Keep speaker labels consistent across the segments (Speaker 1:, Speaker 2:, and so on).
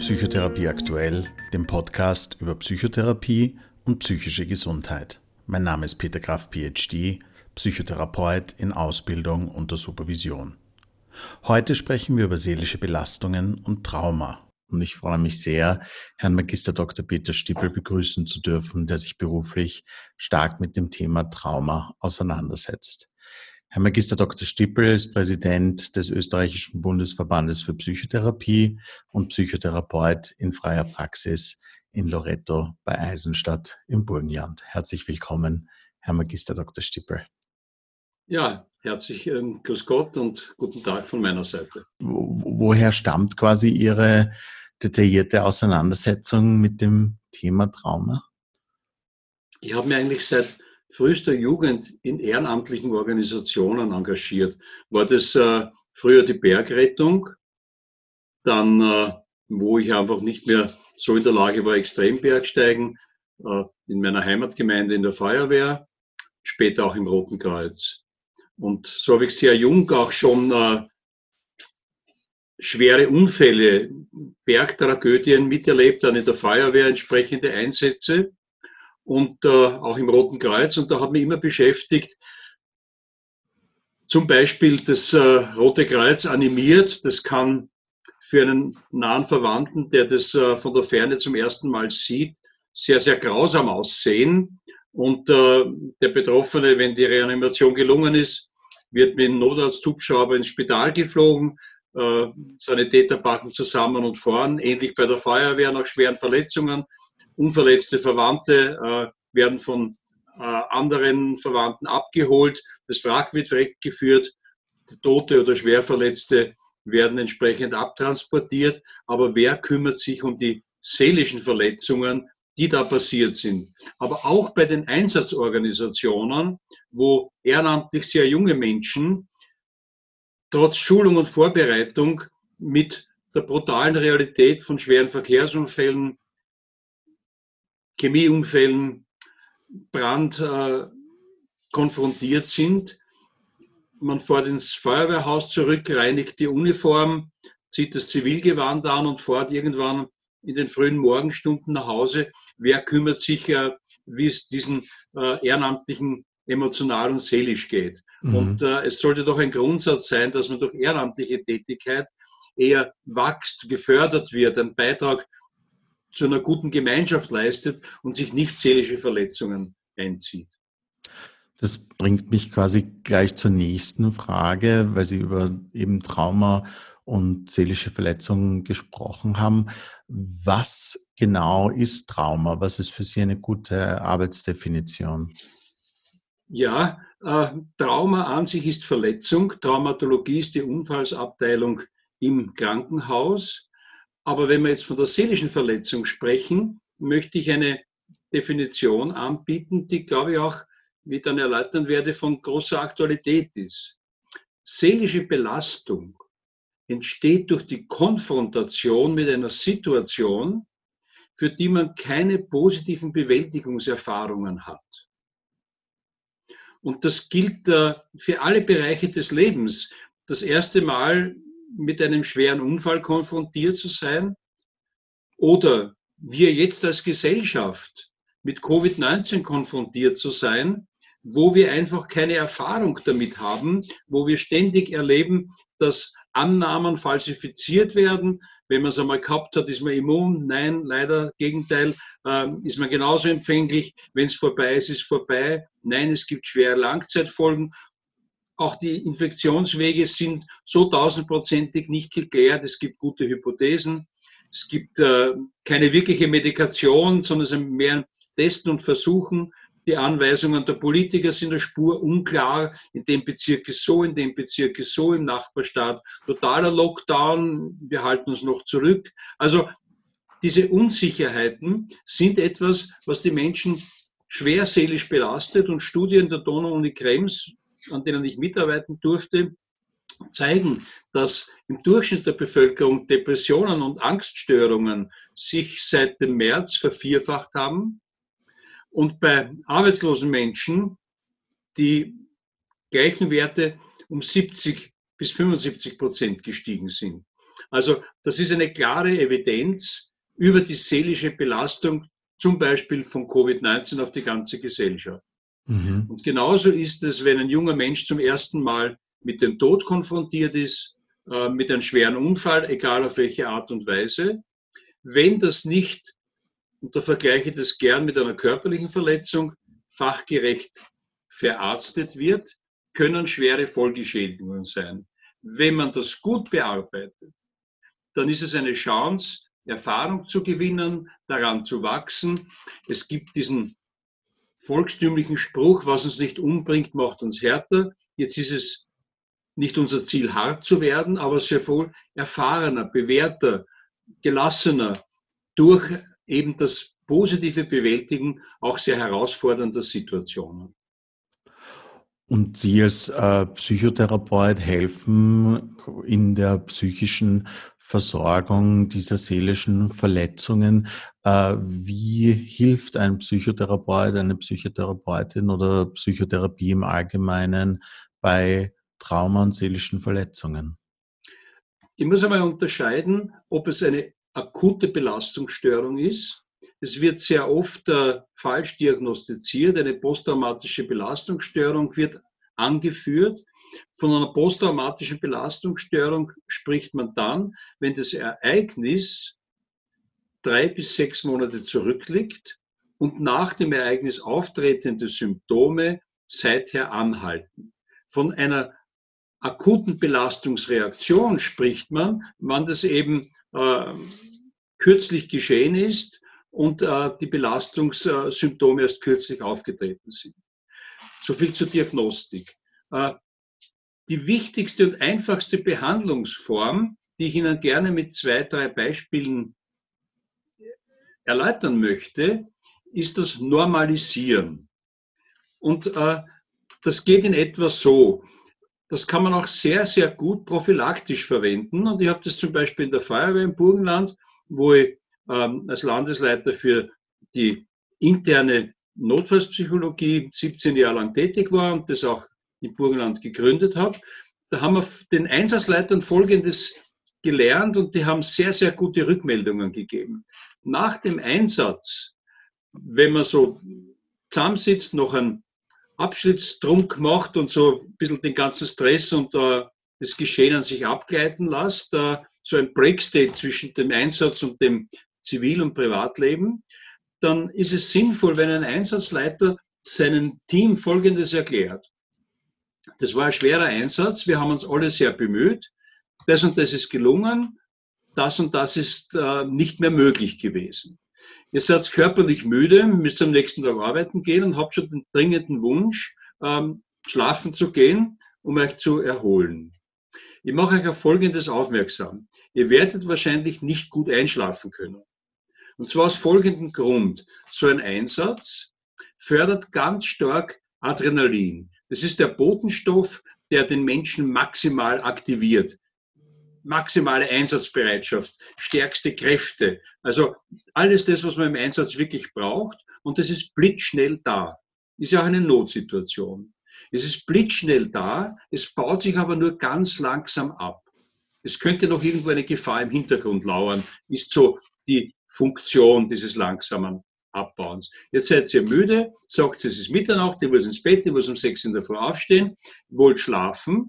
Speaker 1: Psychotherapie aktuell, dem Podcast über Psychotherapie und psychische Gesundheit. Mein Name ist Peter Graf, PhD, Psychotherapeut in Ausbildung unter Supervision. Heute sprechen wir über seelische Belastungen und Trauma. Und ich freue mich sehr, Herrn Magister Dr. Peter Stippel begrüßen zu dürfen, der sich beruflich stark mit dem Thema Trauma auseinandersetzt. Herr Magister Dr. Stippel ist Präsident des Österreichischen Bundesverbandes für Psychotherapie und Psychotherapeut in freier Praxis in Loretto bei Eisenstadt im Burgenland. Herzlich willkommen, Herr Magister Dr. Stippel.
Speaker 2: Ja, herzlich grüß Gott und guten Tag von meiner Seite.
Speaker 1: Woher stammt quasi Ihre detaillierte Auseinandersetzung mit dem Thema Trauma?
Speaker 2: Ich habe mich eigentlich seit frühester Jugend in ehrenamtlichen Organisationen engagiert. War das früher die Bergrettung, dann, wo ich einfach nicht mehr so in der Lage war, Extrembergsteigen, in meiner Heimatgemeinde in der Feuerwehr, später auch im Roten Kreuz. Und so habe ich sehr jung auch schon schwere Unfälle, Bergtragödien miterlebt, dann in der Feuerwehr entsprechende Einsätze und auch im Roten Kreuz. Und da hat mich immer beschäftigt, zum Beispiel das Rote Kreuz animiert. Das kann für einen nahen Verwandten, der das von der Ferne zum ersten Mal sieht, sehr, sehr grausam aussehen. Und der Betroffene, wenn die Reanimation gelungen ist, wird mit dem Notarzthubschrauber ins Spital geflogen. Sanitäter packen zusammen und fahren. Ähnlich bei der Feuerwehr nach schweren Verletzungen. Unverletzte Verwandte werden von anderen Verwandten abgeholt. Das Wrack wird weggeführt. Tote oder Schwerverletzte werden entsprechend abtransportiert. Aber wer kümmert sich um die seelischen Verletzungen, die da passiert sind? Aber auch bei den Einsatzorganisationen, wo ehrenamtlich sehr junge Menschen trotz Schulung und Vorbereitung mit der brutalen Realität von schweren Verkehrsunfällen, Chemieunfällen, Brand konfrontiert sind. Man fährt ins Feuerwehrhaus zurück, reinigt die Uniform, zieht das Zivilgewand an und fährt irgendwann in den frühen Morgenstunden nach Hause. Wer kümmert sich, wie es diesen Ehrenamtlichen emotional und seelisch geht? Und es sollte doch ein Grundsatz sein, dass man durch ehrenamtliche Tätigkeit eher wächst, gefördert wird, einen Beitrag zu einer guten Gemeinschaft leistet und sich nicht seelische Verletzungen einzieht.
Speaker 1: Das bringt mich quasi gleich zur nächsten Frage, weil Sie über eben Trauma und seelische Verletzungen gesprochen haben. Was genau ist Trauma? Was ist für Sie eine gute Arbeitsdefinition?
Speaker 2: Ja, Trauma an sich ist Verletzung. Traumatologie ist die Unfallsabteilung im Krankenhaus. Aber wenn wir jetzt von der seelischen Verletzung sprechen, möchte ich eine Definition anbieten, die, glaube ich, auch, wie ich dann erläutern werde, von großer Aktualität ist. Seelische Belastung entsteht durch die Konfrontation mit einer Situation, für die man keine positiven Bewältigungserfahrungen hat. Und das gilt für alle Bereiche des Lebens. Das erste Mal mit einem schweren Unfall konfrontiert zu sein oder wir jetzt als Gesellschaft mit Covid-19 konfrontiert zu sein, wo wir einfach keine Erfahrung damit haben, wo wir ständig erleben, dass Annahmen falsifiziert werden. Wenn man es einmal gehabt hat, ist man immun. Nein, leider, Gegenteil, ist man genauso empfänglich. Wenn es vorbei ist, ist vorbei. Nein, es gibt schwere Langzeitfolgen. Auch die Infektionswege sind so 1000-prozentig nicht geklärt. Es gibt gute Hypothesen. Es gibt keine wirkliche Medikation, sondern es ist mehr ein Testen und Versuchen. Die Anweisungen der Politiker sind der Spur unklar. In dem Bezirk ist so, in dem Bezirk ist so, im Nachbarstaat totaler Lockdown. Wir halten uns noch zurück. Also diese Unsicherheiten sind etwas, was die Menschen schwer seelisch belastet. Und Studien der Donau-Uni Krems, an denen ich mitarbeiten durfte, zeigen, dass im Durchschnitt der Bevölkerung Depressionen und Angststörungen sich seit dem März vervierfacht haben. Und bei arbeitslosen Menschen die gleichen Werte um 70 bis 75% gestiegen sind. Also das ist eine klare Evidenz über die seelische Belastung, zum Beispiel von Covid-19 auf die ganze Gesellschaft.
Speaker 1: Mhm.
Speaker 2: Und genauso ist es, wenn ein junger Mensch zum ersten Mal mit dem Tod konfrontiert ist, mit einem schweren Unfall, egal auf welche Art und Weise. Wenn das nicht, und da vergleiche ich das gern mit einer körperlichen Verletzung, fachgerecht verarztet wird, können schwere Folgeschädigungen sein. Wenn man das gut bearbeitet, dann ist es eine Chance, Erfahrung zu gewinnen, daran zu wachsen. Es gibt diesen volkstümlichen Spruch, was uns nicht umbringt, macht uns härter. Jetzt ist es nicht unser Ziel, hart zu werden, aber sehr wohl erfahrener, bewährter, gelassener durch eben das positive Bewältigen auch sehr herausfordernder Situationen.
Speaker 1: Und Sie als Psychotherapeut helfen in der psychischen Versorgung dieser seelischen Verletzungen. Wie hilft ein Psychotherapeut, eine Psychotherapeutin oder Psychotherapie im Allgemeinen bei Trauma und seelischen Verletzungen?
Speaker 2: Ich muss einmal unterscheiden, ob es eine akute Belastungsstörung ist. Es wird sehr oft falsch diagnostiziert. Eine posttraumatische Belastungsstörung wird angeführt. Von einer posttraumatischen Belastungsstörung spricht man dann, wenn das Ereignis 3 bis 6 Monate zurückliegt und nach dem Ereignis auftretende Symptome seither anhalten. Von einer akuten Belastungsreaktion spricht man, wann das eben kürzlich geschehen ist und die Belastungssymptome erst kürzlich aufgetreten sind. So viel zur Diagnostik. Die wichtigste und einfachste Behandlungsform, die ich Ihnen gerne mit 2, 3 Beispielen erläutern möchte, ist das Normalisieren. Und das geht in etwa so. Das kann man auch sehr, sehr gut prophylaktisch verwenden. Und ich habe das zum Beispiel in der Feuerwehr im Burgenland, wo ich als Landesleiter für die interne Notfallpsychologie 17 Jahre lang tätig war und das auch im Burgenland gegründet habe. Da haben wir den Einsatzleitern Folgendes gelernt und die haben sehr, sehr gute Rückmeldungen gegeben. Nach dem Einsatz, wenn man so zusammensitzt, noch ein Abschiedstrunk macht und so ein bisschen den ganzen Stress und das Geschehen an sich abgleiten lässt, so ein Breakstate zwischen dem Einsatz und dem Zivil- und Privatleben, dann ist es sinnvoll, wenn ein Einsatzleiter seinem Team Folgendes erklärt. Das war ein schwerer Einsatz, wir haben uns alle sehr bemüht, das und das ist gelungen, das und das ist nicht mehr möglich gewesen. Ihr seid körperlich müde, müsst am nächsten Tag arbeiten gehen und habt schon den dringenden Wunsch, schlafen zu gehen, um euch zu erholen. Ich mache euch auf Folgendes aufmerksam. Ihr werdet wahrscheinlich nicht gut einschlafen können. Und zwar aus folgendem Grund. So ein Einsatz fördert ganz stark Adrenalin. Das ist der Botenstoff, der den Menschen maximal aktiviert. Maximale Einsatzbereitschaft, stärkste Kräfte. Also alles das, was man im Einsatz wirklich braucht. Und das ist blitzschnell da. Ist ja auch eine Notsituation. Es ist blitzschnell da, es baut sich aber nur ganz langsam ab. Es könnte noch irgendwo eine Gefahr im Hintergrund lauern, ist so die Funktion dieses langsamen Abbauens. Jetzt seid ihr müde, sagt, es ist Mitternacht, ihr wollt ins Bett, ihr wollt um 6 in der Früh aufstehen, wollt schlafen,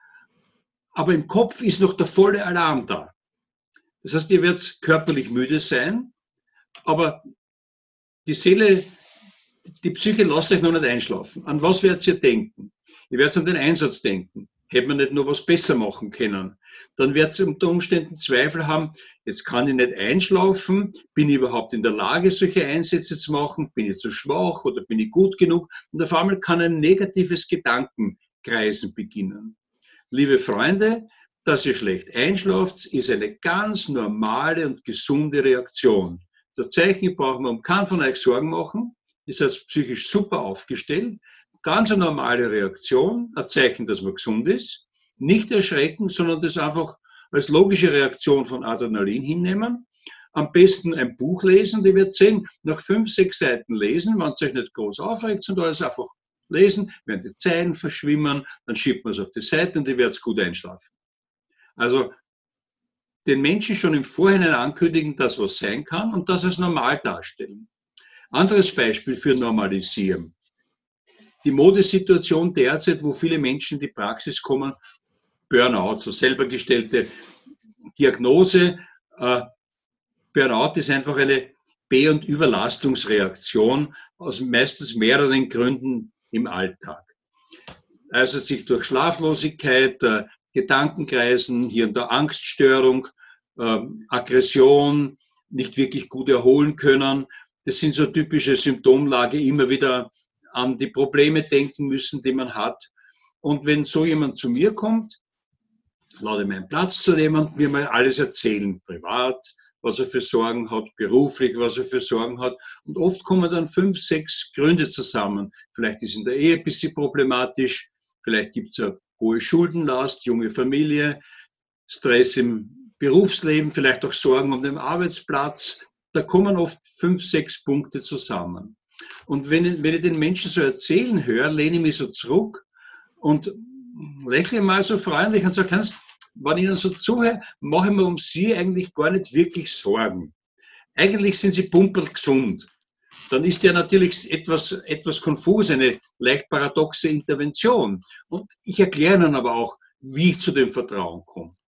Speaker 2: aber im Kopf ist noch der volle Alarm da. Das heißt, ihr werdet körperlich müde sein, aber die Seele, die Psyche lässt euch noch nicht einschlafen. An was werdet ihr denken? Ihr werdet an den Einsatz denken. Hätte man nicht nur was besser machen können? Dann werdet ihr unter Umständen Zweifel haben, jetzt kann ich nicht einschlafen, bin ich überhaupt in der Lage, solche Einsätze zu machen, bin ich zu schwach oder bin ich gut genug? Und auf einmal kann ein negatives Gedankenkreisen beginnen. Liebe Freunde, dass ihr schlecht einschlaft, ist eine ganz normale und gesunde Reaktion. Der Zeichen brauchen wir um keinen von euch Sorgen machen. Ihr seid psychisch super aufgestellt. Ganz eine normale Reaktion, ein Zeichen, dass man gesund ist. Nicht erschrecken, sondern das einfach als logische Reaktion von Adrenalin hinnehmen. Am besten ein Buch lesen, ihr werdet sehen, nach 5, 6 Seiten lesen, wenn es euch nicht groß aufregt, sondern alles einfach lesen, werden die Zeilen verschwimmen, dann schiebt man es auf die Seite und ihr werdet gut einschlafen. Also den Menschen schon im Vorhinein ankündigen, dass was sein kann und das als normal darstellen. Anderes Beispiel für Normalisieren. Die Modesituation derzeit, wo viele Menschen in die Praxis kommen, Burnout, so selber gestellte Diagnose. Burnout ist einfach eine Be- und Überlastungsreaktion aus meistens mehreren Gründen im Alltag. Also sich durch Schlaflosigkeit, Gedankenkreisen, hier und da Angststörung, Aggression, nicht wirklich gut erholen können. Das sind so typische Symptomlage, immer wieder an die Probleme denken müssen, die man hat. Und wenn so jemand zu mir kommt, lade meinen Platz zu nehmen und mir mal alles erzählen, privat, was er für Sorgen hat, beruflich, was er für Sorgen hat. Und oft kommen dann 5, 6 Gründe zusammen. Vielleicht ist in der Ehe ein bisschen problematisch, vielleicht gibt es eine hohe Schuldenlast, junge Familie, Stress im Berufsleben, vielleicht auch Sorgen um den Arbeitsplatz. Da kommen oft 5, 6 Punkte zusammen. Und wenn ich den Menschen so erzählen höre, lehne ich mich so zurück und lächle mal so freundlich und sage, wenn ich Ihnen so zuhöre, mache ich mir um Sie eigentlich gar nicht wirklich Sorgen. Eigentlich sind Sie pumperl gesund. Dann ist ja natürlich etwas konfus, eine leicht paradoxe Intervention. Und ich erkläre Ihnen aber auch, wie ich zu dem Vertrauen komme.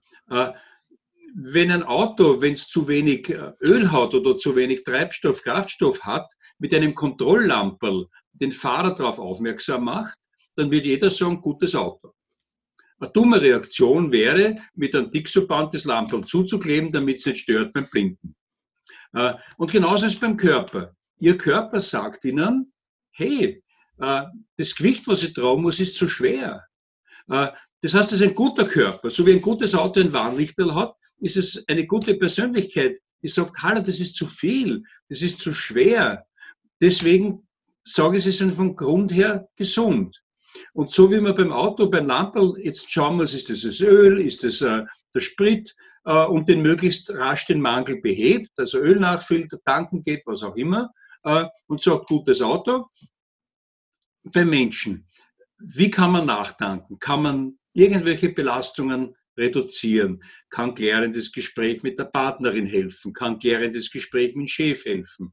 Speaker 2: Wenn ein Auto, wenn es zu wenig Öl hat oder zu wenig Treibstoff, Kraftstoff hat, mit einem Kontrolllamperl den Fahrer darauf aufmerksam macht, dann wird jeder sagen, gutes Auto. Eine dumme Reaktion wäre, mit einem Dixoband das Lamperl zuzukleben, damit es nicht stört beim Blinken. Und genauso ist es beim Körper. Ihr Körper sagt Ihnen, hey, das Gewicht, was ich tragen muss, ist zu schwer. Das heißt, es ist ein guter Körper. So wie ein gutes Auto ein Warnlichterl hat, ist es eine gute Persönlichkeit, die sagt, hallo, das ist zu viel, das ist zu schwer. Deswegen sage ich, sie sind vom Grund her gesund. Und so wie man beim Auto, beim Lamperl jetzt schauen muss, ist das das Öl, ist das der Sprit und den möglichst rasch den Mangel behebt, also Öl nachfüllt, tanken geht, was auch immer, und sagt, gutes Auto. Beim Menschen, wie kann man nachtanken? Kann man irgendwelche Belastungen reduzieren? Kann klärendes Gespräch mit der Partnerin helfen? Kann klärendes Gespräch mit dem Chef helfen?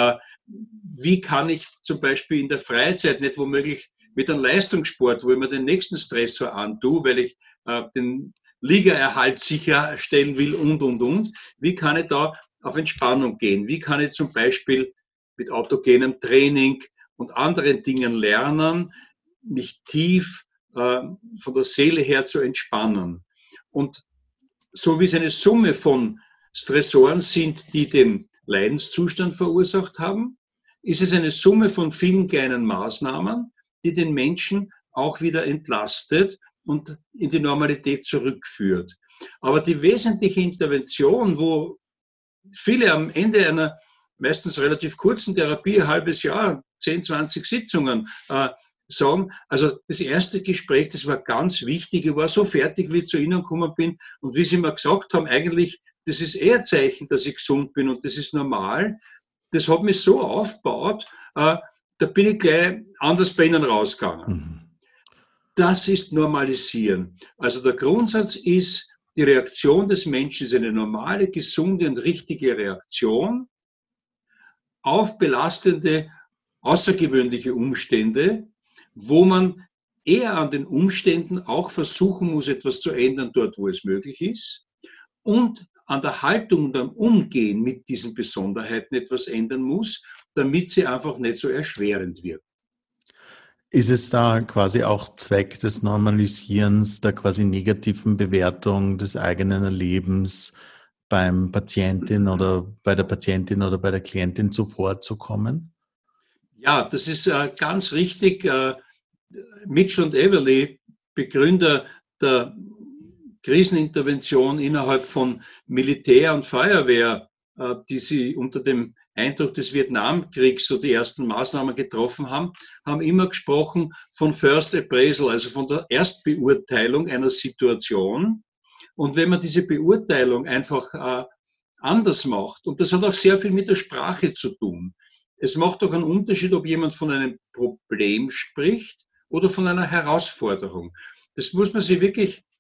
Speaker 2: Wie kann ich zum Beispiel in der Freizeit nicht womöglich mit einem Leistungssport, wo ich mir den nächsten Stressor antue, weil ich den Ligaerhalt sicherstellen will und. Wie kann ich da auf Entspannung gehen? Wie kann ich zum Beispiel mit autogenem Training und anderen Dingen lernen, mich tief von der Seele her zu entspannen? Und so wie es eine Summe von Stressoren sind, die den Leidenszustand verursacht haben, ist es eine Summe von vielen kleinen Maßnahmen, die den Menschen auch wieder entlastet und in die Normalität zurückführt. Aber die wesentliche Intervention, wo viele am Ende einer meistens relativ kurzen Therapie, ein halbes Jahr, 10, 20 Sitzungen, sagen, also das erste Gespräch, das war ganz wichtig, ich war so fertig, wie ich zu Ihnen gekommen bin und wie Sie mir gesagt haben, eigentlich, das ist eher ein Zeichen, dass ich gesund bin und das ist normal. Das hat mich so aufgebaut, da bin ich gleich anders bei Ihnen rausgegangen. Das ist Normalisieren. Also der Grundsatz ist, die Reaktion des Menschen ist eine normale, gesunde und richtige Reaktion auf belastende, außergewöhnliche Umstände, wo man eher an den Umständen auch versuchen muss, etwas zu ändern, dort wo es möglich ist, und an der Haltung und am Umgehen mit diesen Besonderheiten etwas ändern muss, damit sie einfach nicht so erschwerend wird.
Speaker 1: Ist es da quasi auch Zweck des Normalisierens, der quasi negativen Bewertung des eigenen Erlebens beim Patientin oder bei der Patientin oder bei der Klientin zuvorzukommen?
Speaker 2: Ja, das ist ganz richtig. Mitch und Everly, Begründer der Krisenintervention innerhalb von Militär und Feuerwehr, die sie unter dem Eindruck des Vietnamkriegs so die ersten Maßnahmen getroffen haben, haben immer gesprochen von First Appraisal, also von der Erstbeurteilung einer Situation. Und wenn man diese Beurteilung einfach anders macht, und das hat auch sehr viel mit der Sprache zu tun, es macht doch einen Unterschied, ob jemand von einem Problem spricht oder von einer Herausforderung. Das muss man sich wirklich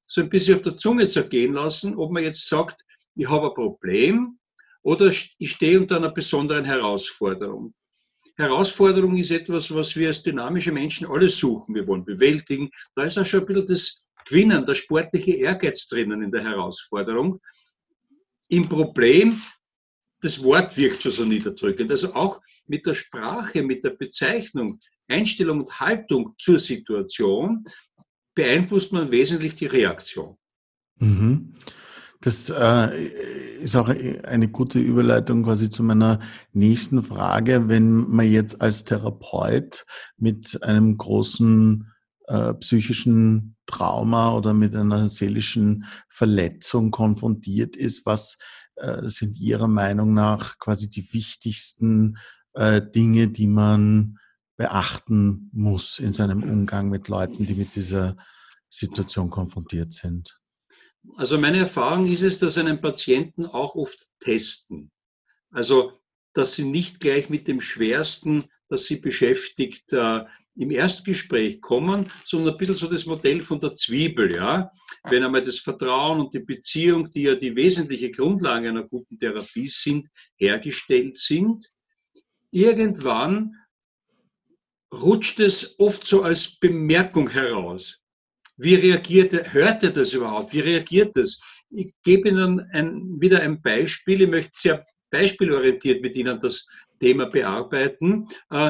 Speaker 2: so ein bisschen auf der Zunge zergehen lassen, ob man jetzt sagt, ich habe ein Problem oder ich stehe unter einer besonderen Herausforderung. Herausforderung ist etwas, was wir als dynamische Menschen alle suchen. Wir wollen bewältigen. Da ist auch schon ein bisschen das Gewinnen, der sportliche Ehrgeiz drinnen in der Herausforderung. Im Problem, das Wort wirkt schon so niederdrückend. Also auch mit der Sprache, mit der Bezeichnung, Einstellung und Haltung zur Situation beeinflusst man wesentlich die Reaktion.
Speaker 1: Mhm. Das ist auch eine gute Überleitung quasi zu meiner nächsten Frage. Wenn man jetzt als Therapeut mit einem großen psychischen Trauma oder mit einer seelischen Verletzung konfrontiert ist, was sind Ihrer Meinung nach quasi die wichtigsten Dinge, die man beachten muss in seinem Umgang mit Leuten, die mit dieser Situation konfrontiert sind?
Speaker 2: Also meine Erfahrung ist es, dass einen Patienten auch oft testen. Also, dass sie nicht gleich mit dem Schwersten, das sie beschäftigt, im Erstgespräch kommen, sondern ein bisschen so das Modell von der Zwiebel, ja. Wenn einmal das Vertrauen und die Beziehung, die ja die wesentliche Grundlage einer guten Therapie sind, hergestellt sind, irgendwann rutscht es oft so als Bemerkung heraus. Wie hört er das überhaupt? Wie reagiert das? Ich gebe Ihnen wieder ein Beispiel. Ich möchte sehr beispielorientiert mit Ihnen das Thema bearbeiten.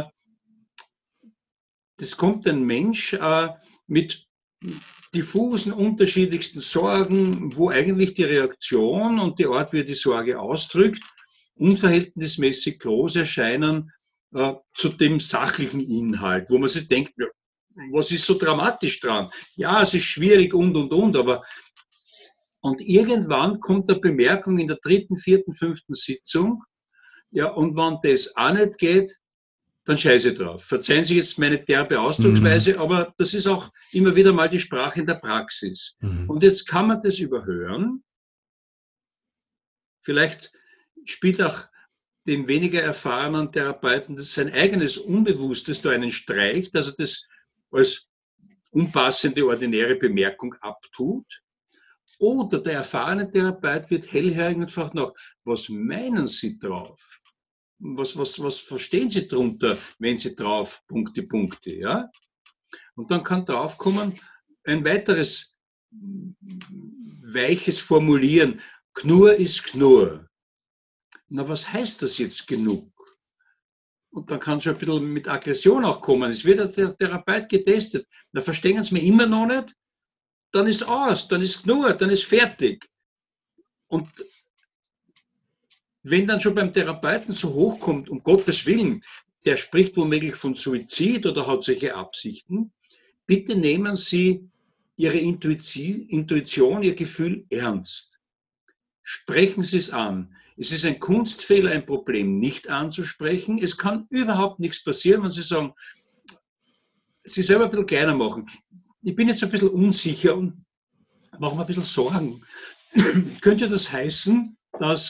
Speaker 2: Das kommt ein Mensch mit diffusen, unterschiedlichsten Sorgen, wo eigentlich die Reaktion und die Art, wie er die Sorge ausdrückt, unverhältnismäßig groß erscheinen zu dem sachlichen Inhalt, wo man sich denkt, was ist so dramatisch dran? Ja, es ist schwierig und, aber und irgendwann kommt eine Bemerkung in der 3., 4., 5. Sitzung, ja, und wenn das auch nicht geht, dann scheiße drauf. Verzeihen Sie jetzt meine derbe
Speaker 1: Mhm.
Speaker 2: Ausdrucksweise, aber das ist auch immer wieder mal die Sprache in der Praxis.
Speaker 1: Mhm.
Speaker 2: Und jetzt kann man das überhören. Vielleicht spielt auch dem weniger erfahrenen Therapeuten das sein eigenes Unbewusstes da einen Streich, dass er das als unpassende ordinäre Bemerkung abtut. Oder der erfahrene Therapeut wird hellhörig und fragt nach, was meinen Sie drauf? Was verstehen Sie darunter, wenn Sie drauf Punkte, Punkte, ja? Und dann kann drauf kommen ein weiteres weiches Formulieren. Knurr ist Knurr. Na, was heißt das jetzt genug? Und dann kann schon ein bisschen mit Aggression auch kommen. Es wird der Therapeut getestet. Na, verstehen Sie mich immer noch nicht? Dann ist aus, dann ist Knurr, dann ist fertig. Und wenn dann schon beim Therapeuten so hochkommt, um Gottes Willen, der spricht womöglich von Suizid oder hat solche Absichten, bitte nehmen Sie Ihre Intuition, Ihr Gefühl ernst. Sprechen Sie es an. Es ist ein Kunstfehler, ein Problem nicht anzusprechen. Es kann überhaupt nichts passieren, wenn Sie sagen, Sie selber ein bisschen kleiner machen. Ich bin jetzt ein bisschen unsicher und mache mir ein bisschen Sorgen. Könnte das heißen, dass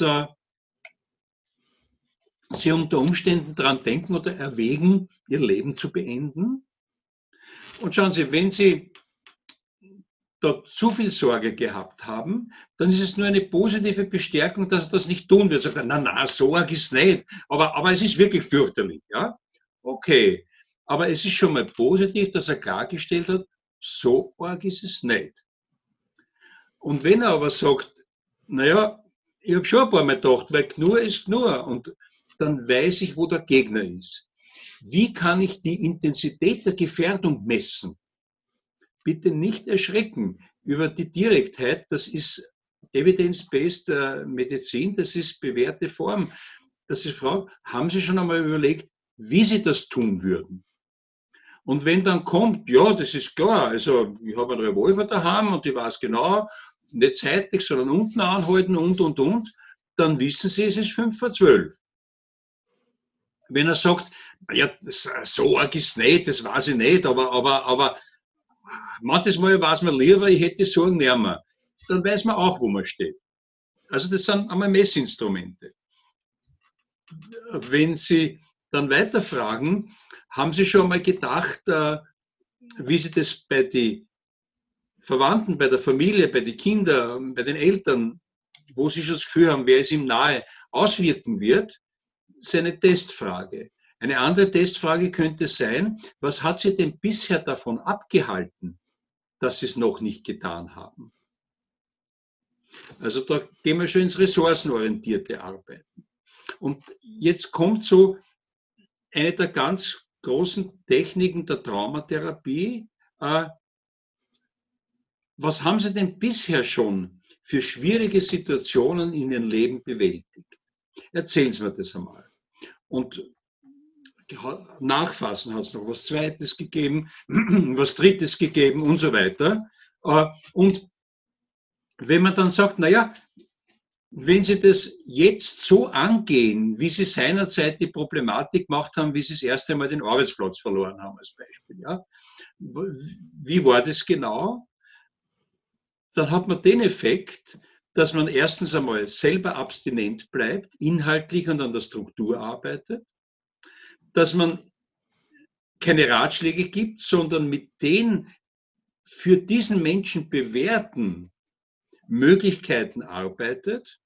Speaker 2: Sie unter Umständen daran denken oder erwägen, Ihr Leben zu beenden? Und schauen Sie, wenn Sie da zu viel Sorge gehabt haben, dann ist es nur eine positive Bestärkung, dass er das nicht tun wird. Sagt er, na, so arg ist es nicht. Aber es ist wirklich fürchterlich. Ja? Okay. Aber es ist schon mal positiv, dass er klargestellt hat, so arg ist es nicht. Und wenn er aber sagt, naja, ich habe schon ein paar Mal gedacht, weil Knurr ist Knurr. Und dann weiß ich, wo der Gegner ist. Wie kann ich die Intensität der Gefährdung messen? Bitte nicht erschrecken über die Direktheit. Das ist Evidence-Based Medizin, das ist bewährte Form. Das ist Frau, haben Sie schon einmal überlegt, wie Sie das tun würden? Und wenn dann kommt, ja, das ist klar, also ich habe einen Revolver daheim und ich weiß genau, nicht seitlich, sondern unten anhalten und, dann wissen Sie, es ist 11:55. Wenn er sagt, ja, so arg ist es nicht, das weiß ich nicht, aber manches Mal weiß man lieber, ich hätte Sorgen nicht mehr. Dann weiß man auch, wo man steht. Also das sind einmal Messinstrumente. Wenn Sie dann weiterfragen, haben Sie schon mal gedacht, wie Sie das bei den Verwandten, bei der Familie, bei den Kindern, bei den Eltern, wo sie schon das Gefühl haben, wer ist ihm nahe, auswirken wird, ist eine Testfrage. Eine andere Testfrage könnte sein, was hat sie denn bisher davon abgehalten, dass sie es noch nicht getan haben? Also da gehen wir schon ins ressourcenorientierte Arbeiten. Und jetzt kommt so eine der ganz großen Techniken der Traumatherapie. Was haben Sie denn bisher schon für schwierige Situationen in Ihrem Leben bewältigt? Erzählen Sie mir das einmal. Und nachfassen hat es noch was Zweites gegeben, was Drittes gegeben und so weiter. Und wenn man dann sagt, naja, wenn Sie das jetzt so angehen, wie Sie seinerzeit die Problematik gemacht haben, wie Sie das erste Mal den Arbeitsplatz verloren haben als Beispiel, ja, wie war das genau? Dann hat man den Effekt, dass man erstens einmal selber abstinent bleibt, inhaltlich und an der Struktur arbeitet, dass man keine Ratschläge gibt, sondern mit den für diesen Menschen bewährten Möglichkeiten arbeitet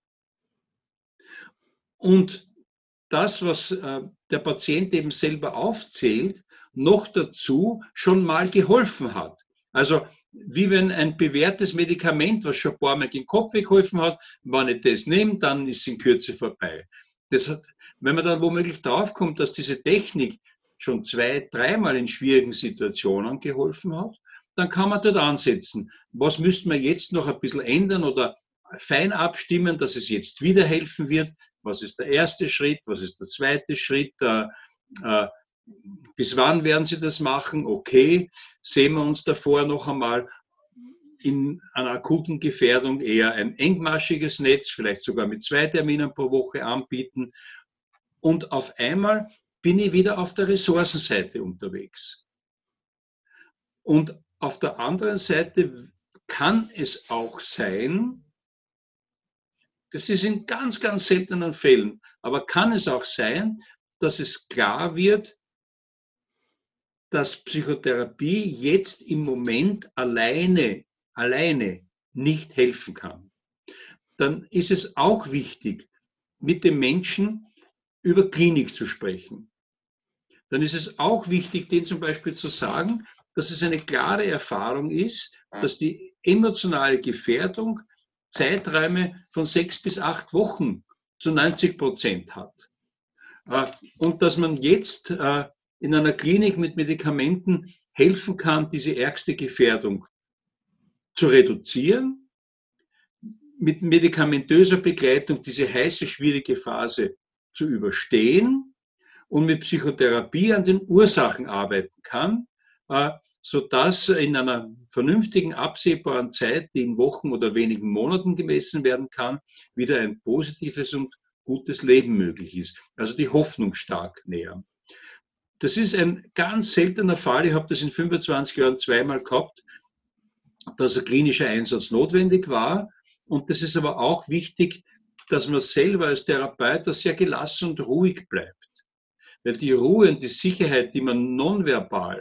Speaker 2: und das, was der Patient eben selber aufzählt, noch dazu schon mal geholfen hat. Also wie wenn ein bewährtes Medikament, was schon ein paar Mal gegen den Kopf geholfen hat, wenn ich das nehme, dann ist es in Kürze vorbei. Das hat, wenn man dann womöglich draufkommt, dass diese Technik schon 2-, 3-mal in schwierigen Situationen geholfen hat, dann kann man dort ansetzen. Was müsste man jetzt noch ein bisschen ändern oder fein abstimmen, dass es jetzt wieder helfen wird? Was ist der erste Schritt? Was ist der zweite Schritt? Bis wann werden Sie das machen? Okay, sehen wir uns davor noch einmal in einer akuten Gefährdung eher ein engmaschiges Netz, vielleicht sogar mit 2 Terminen pro Woche anbieten. Und auf einmal bin ich wieder auf der Ressourcenseite unterwegs. Und auf der anderen Seite kann es auch sein, das ist in ganz, ganz seltenen Fällen, aber kann es auch sein, dass es klar wird, dass Psychotherapie jetzt im Moment alleine nicht helfen kann. Dann ist es auch wichtig, mit dem Menschen über Klinik zu sprechen. Dann ist es auch wichtig, denen zum Beispiel zu sagen, dass es eine klare Erfahrung ist, dass die emotionale Gefährdung Zeiträume von 6 bis 8 Wochen zu 90% hat. Und dass man jetzt in einer Klinik mit Medikamenten helfen kann, diese ärgste Gefährdung zu reduzieren, mit medikamentöser Begleitung diese heiße, schwierige Phase zu überstehen und mit Psychotherapie an den Ursachen arbeiten kann, sodass in einer vernünftigen, absehbaren Zeit, die in Wochen oder wenigen Monaten gemessen werden kann, wieder ein positives und gutes Leben möglich ist. Also die Hoffnung stark nähern. Das ist ein ganz seltener Fall. Ich habe das in 25 Jahren 2-mal gehabt, dass ein klinischer Einsatz notwendig war. Und das ist aber auch wichtig, dass man selber als Therapeut sehr gelassen und ruhig bleibt. Weil die Ruhe und die Sicherheit, die man nonverbal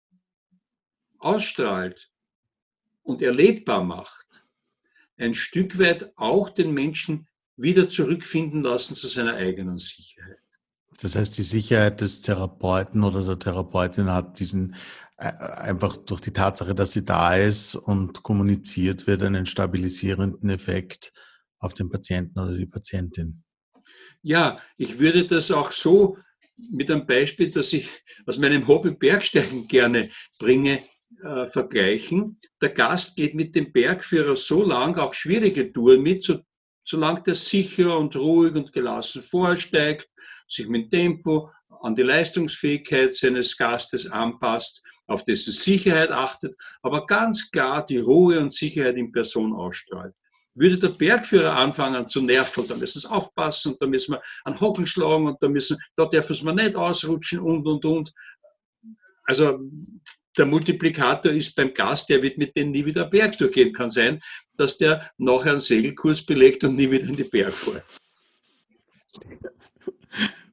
Speaker 2: ausstrahlt und erlebbar macht, ein Stück weit auch den Menschen wieder zurückfinden lassen zu seiner eigenen Sicherheit.
Speaker 1: Das heißt, die Sicherheit des Therapeuten oder der Therapeutin hat diesen einfach durch die Tatsache, dass sie da ist und kommuniziert wird, einen stabilisierenden Effekt auf den Patienten oder die Patientin.
Speaker 2: Ja, ich würde das auch so mit einem Beispiel, das ich aus meinem Hobby Bergsteigen gerne bringe, vergleichen. Der Gast geht mit dem Bergführer so lang auch schwierige Touren mit, solange der sicher und ruhig und gelassen vorsteigt, sich mit Tempo an die Leistungsfähigkeit seines Gastes anpasst, auf dessen Sicherheit achtet, aber ganz klar die Ruhe und Sicherheit in Person ausstrahlt. Würde der Bergführer anfangen zu nerven, da müssen sie aufpassen und da müssen wir einen Hocken schlagen und da dürfen wir nicht ausrutschen und. Also der Multiplikator ist beim Gast, der wird mit denen nie wieder Berg durchgehen. Kann sein, dass der nachher einen Segelkurs belegt und nie wieder in die Berg fährt.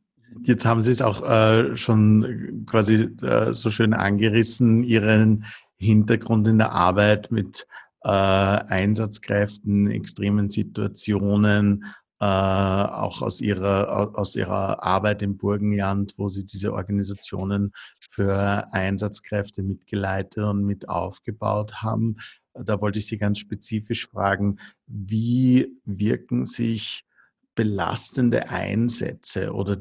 Speaker 1: Jetzt haben Sie es auch schon quasi so schön angerissen, Ihren Hintergrund in der Arbeit mit Einsatzkräften, extremen Situationen, auch aus ihrer Arbeit im Burgenland, wo sie diese Organisationen für Einsatzkräfte mitgeleitet und mit aufgebaut haben. Da wollte ich Sie ganz spezifisch fragen, wie wirken sich belastende Einsätze oder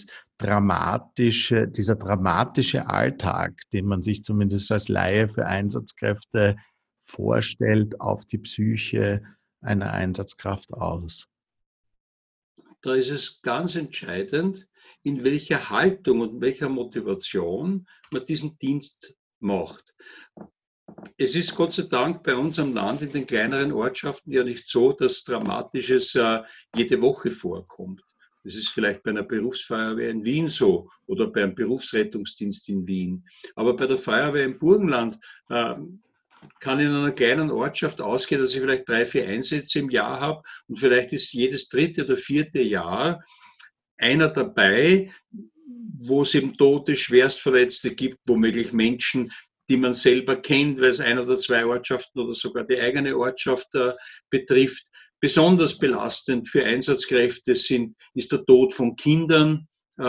Speaker 1: dieser dramatische Alltag, den man sich zumindest als Laie für Einsatzkräfte vorstellt, auf die Psyche einer Einsatzkraft aus?
Speaker 2: Da ist es ganz entscheidend, in welcher Haltung und welcher Motivation man diesen Dienst macht. Es ist Gott sei Dank bei uns am Land in den kleineren Ortschaften ja nicht so, dass Dramatisches jede Woche vorkommt. Das ist vielleicht bei einer Berufsfeuerwehr in Wien so oder beim Berufsrettungsdienst in Wien. Aber bei der Feuerwehr im Burgenland kann in einer kleinen Ortschaft ausgehen, dass ich vielleicht 3, 4 Einsätze im Jahr habe und vielleicht ist jedes 3. oder 4. Jahr einer dabei, wo es eben Tote, Schwerstverletzte gibt, womöglich Menschen, die man selber kennt, weil es 1 oder 2 Ortschaften oder sogar die eigene Ortschaft betrifft. Besonders belastend für Einsatzkräfte ist der Tod von Kindern.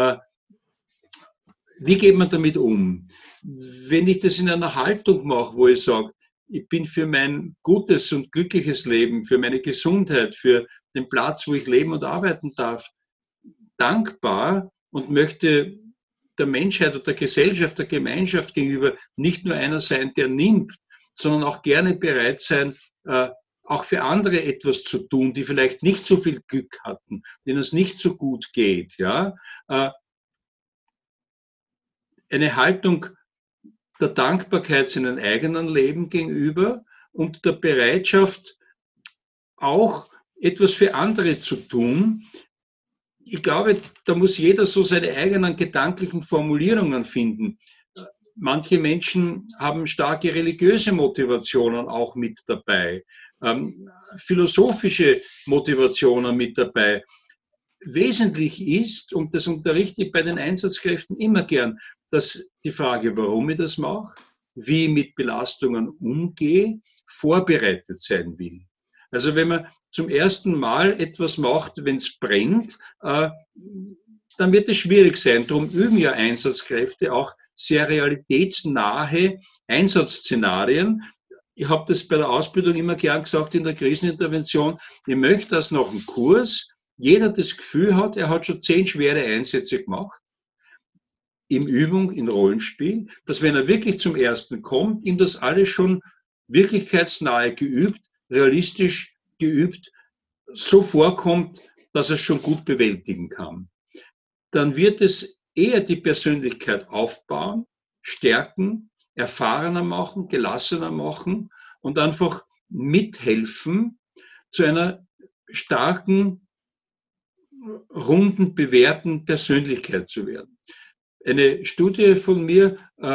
Speaker 2: Wie geht man damit um? Wenn ich das in einer Haltung mache, wo ich sage, ich bin für mein gutes und glückliches Leben, für meine Gesundheit, für den Platz, wo ich leben und arbeiten darf, dankbar und möchte der Menschheit oder der Gesellschaft, der Gemeinschaft gegenüber nicht nur einer sein, der nimmt, sondern auch gerne bereit sein, auch für andere etwas zu tun, die vielleicht nicht so viel Glück hatten, denen es nicht so gut geht. Ja? Eine Haltung der Dankbarkeit seinem eigenen Leben gegenüber und der Bereitschaft, auch etwas für andere zu tun. Ich glaube, da muss jeder so seine eigenen gedanklichen Formulierungen finden. Manche Menschen haben starke religiöse Motivationen auch mit dabei, philosophische Motivationen mit dabei. Wesentlich ist, und das unterrichte ich bei den Einsatzkräften immer gern, dass die Frage, warum ich das mache, wie ich mit Belastungen umgehe, vorbereitet sein will. Also wenn man zum ersten Mal etwas macht, wenn es brennt, dann wird es schwierig sein. Darum üben ja Einsatzkräfte auch sehr realitätsnahe Einsatzszenarien. Ich habe das bei der Ausbildung immer gern gesagt in der Krisenintervention. Ich möchte, dass nach dem Kurs jeder das Gefühl hat, er hat schon 10 schwere Einsätze gemacht, in Übung, in Rollenspiel, dass wenn er wirklich zum ersten kommt, ihm das alles schon wirklichkeitsnahe geübt, realistisch geübt, so vorkommt, dass er es schon gut bewältigen kann. Dann wird es eher die Persönlichkeit aufbauen, stärken, erfahrener machen, gelassener machen und einfach mithelfen, zu einer starken, runden, bewährten Persönlichkeit zu werden. Eine Studie von mir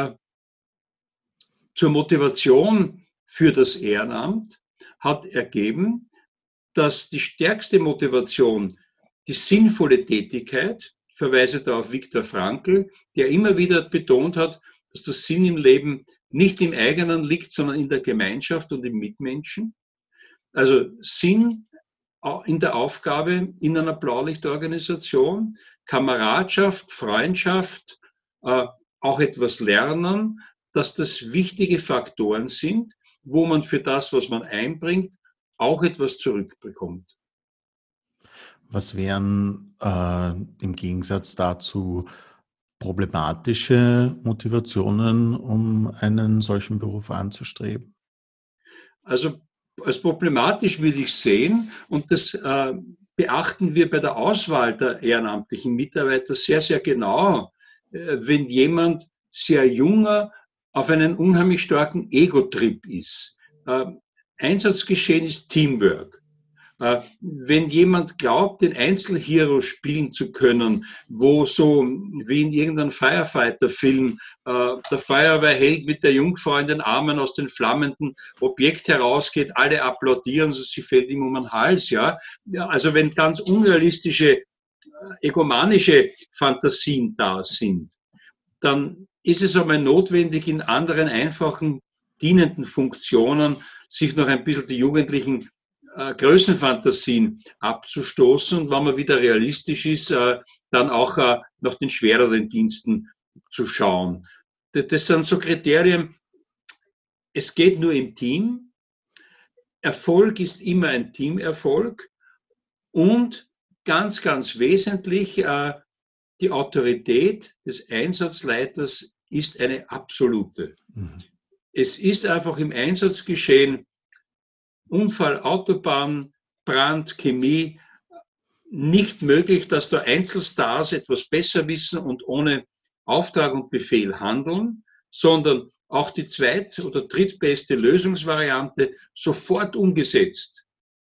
Speaker 2: zur Motivation für das Ehrenamt hat ergeben, dass die stärkste Motivation die sinnvolle Tätigkeit, ich verweise da auf Viktor Frankl, der immer wieder betont hat, dass der Sinn im Leben nicht im eigenen liegt, sondern in der Gemeinschaft und im Mitmenschen. Also Sinn in der Aufgabe in einer Blaulichtorganisation, Kameradschaft, Freundschaft, auch etwas lernen, dass das wichtige Faktoren sind, wo man für das, was man einbringt, auch etwas zurückbekommt.
Speaker 1: Was wären im Gegensatz dazu problematische Motivationen, um einen solchen Beruf anzustreben?
Speaker 2: Also als problematisch würde ich sehen, und das beachten wir bei der Auswahl der ehrenamtlichen Mitarbeiter sehr, sehr genau, wenn jemand sehr junger auf einen unheimlich starken Ego-Trip ist. Einsatzgeschehen ist Teamwork. Wenn jemand glaubt, den Einzelhero spielen zu können, wo so wie in irgendeinem Firefighter-Film der Feuerwehrheld mit der Jungfrau in den Armen aus dem flammenden Objekt herausgeht, alle applaudieren, so sie fällt ihm um den Hals. Ja? Also wenn ganz unrealistische, egomanische Fantasien da sind, dann ist es einmal notwendig, in anderen einfachen dienenden Funktionen sich noch ein bisschen die jugendlichen Größenfantasien abzustoßen und wenn man wieder realistisch ist, dann auch nach den schwereren Diensten zu schauen. Das sind so Kriterien, es geht nur im Team, Erfolg ist immer ein Teamerfolg und ganz, ganz wesentlich, die Autorität des Einsatzleiters ist eine absolute. Mhm. Es ist einfach im Einsatzgeschehen Unfall, Autobahn, Brand, Chemie nicht möglich, dass da Einzelstars etwas besser wissen und ohne Auftrag und Befehl handeln, sondern auch die zweit- oder drittbeste Lösungsvariante sofort umgesetzt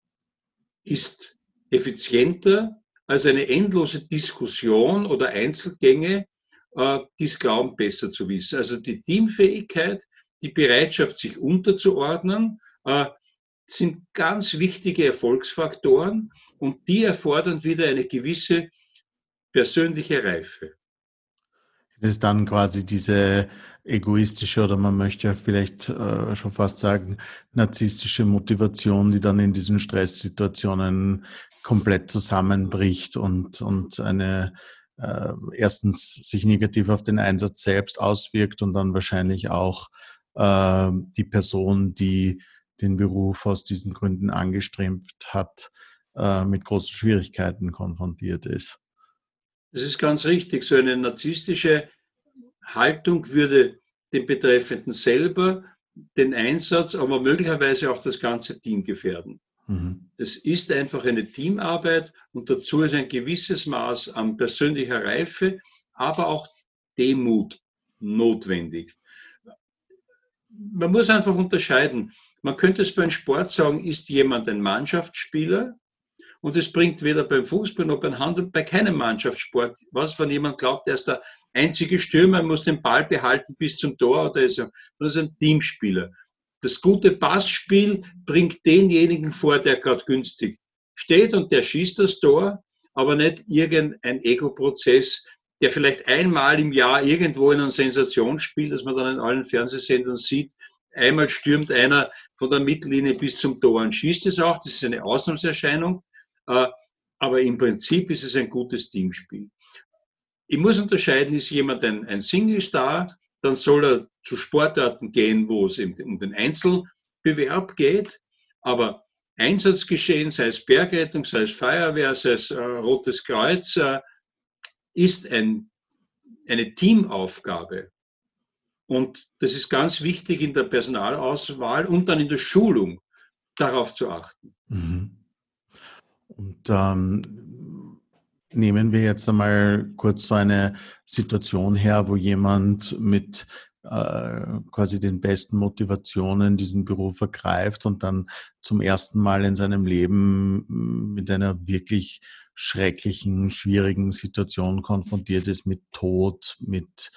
Speaker 2: ist effizienter als eine endlose Diskussion oder Einzelgänge, die es glauben, besser zu wissen. Also die Teamfähigkeit, die Bereitschaft, sich unterzuordnen, sind ganz wichtige Erfolgsfaktoren und die erfordern wieder eine gewisse persönliche Reife.
Speaker 1: Es ist dann quasi diese egoistische oder man möchte vielleicht schon fast sagen narzisstische Motivation, die dann in diesen Stresssituationen komplett zusammenbricht und eine erstens sich negativ auf den Einsatz selbst auswirkt und dann wahrscheinlich auch die Person, die den Beruf aus diesen Gründen angestrebt hat, mit großen Schwierigkeiten konfrontiert ist.
Speaker 2: Das ist ganz richtig. So eine narzisstische Haltung würde den Betreffenden selber, den Einsatz, aber möglicherweise auch das ganze Team gefährden. Mhm. Das ist einfach eine Teamarbeit und dazu ist ein gewisses Maß an persönlicher Reife, aber auch Demut notwendig. Man muss einfach unterscheiden. Man könnte es beim Sport sagen, ist jemand ein Mannschaftsspieler? Und es bringt weder beim Fußball noch beim Handel, bei keinem Mannschaftssport was, wenn jemand glaubt, er ist der einzige Stürmer, muss den Ball behalten bis zum Tor oder ist er, das ist ein Teamspieler. Das gute Passspiel bringt denjenigen vor, der gerade günstig steht und der schießt das Tor, aber nicht irgendein Ego-Prozess, der vielleicht einmal im Jahr irgendwo in einem Sensationsspiel, das man dann in allen Fernsehsendern sieht, einmal stürmt einer von der Mittellinie bis zum Tor und schießt es auch, das ist eine Ausnahmserscheinung. Aber im Prinzip ist es ein gutes Teamspiel. Ich muss unterscheiden, ist jemand ein Single-Star, dann soll er zu Sportarten gehen, wo es um den Einzelbewerb geht. Aber Einsatzgeschehen, sei es Bergrettung, sei es Feuerwehr, sei es Rotes Kreuz, ist eine Teamaufgabe. Und das ist ganz wichtig in der Personalauswahl und dann in der Schulung darauf zu achten.
Speaker 1: Mhm. Und nehmen wir jetzt einmal kurz so eine Situation her, wo jemand mit quasi den besten Motivationen diesen Beruf ergreift und dann zum ersten Mal in seinem Leben mit einer wirklich schrecklichen, schwierigen Situation konfrontiert ist, mit Tod, mit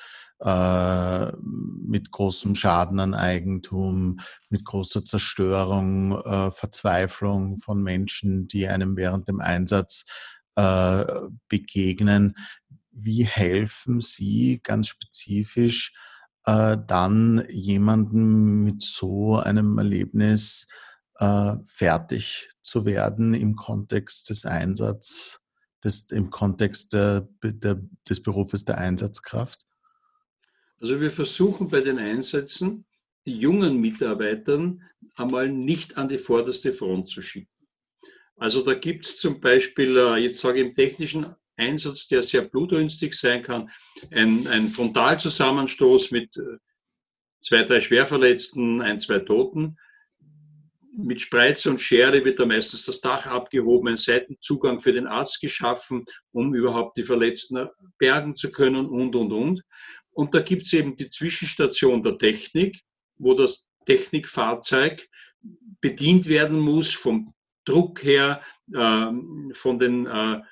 Speaker 1: großem Schaden an Eigentum, mit großer Zerstörung, Verzweiflung von Menschen, die einem während dem Einsatz begegnen. Wie helfen Sie ganz spezifisch dann jemanden mit so einem Erlebnis fertig zu werden im Kontext des Einsatzes, im Kontext des Berufes der Einsatzkraft?
Speaker 2: Also wir versuchen bei den Einsätzen, die jungen Mitarbeitern einmal nicht an die vorderste Front zu schicken. Also da gibt es zum Beispiel, jetzt sage ich im technischen Einsatz, der sehr blutrünstig sein kann, ein Frontalzusammenstoß mit 2, 3 Schwerverletzten, 1, 2 Toten. Mit Spreize und Schere wird da meistens das Dach abgehoben, ein Seitenzugang für den Arzt geschaffen, um überhaupt die Verletzten bergen zu können und. Und da gibt es eben die Zwischenstation der Technik, wo das Technikfahrzeug bedient werden muss vom Druck her, von den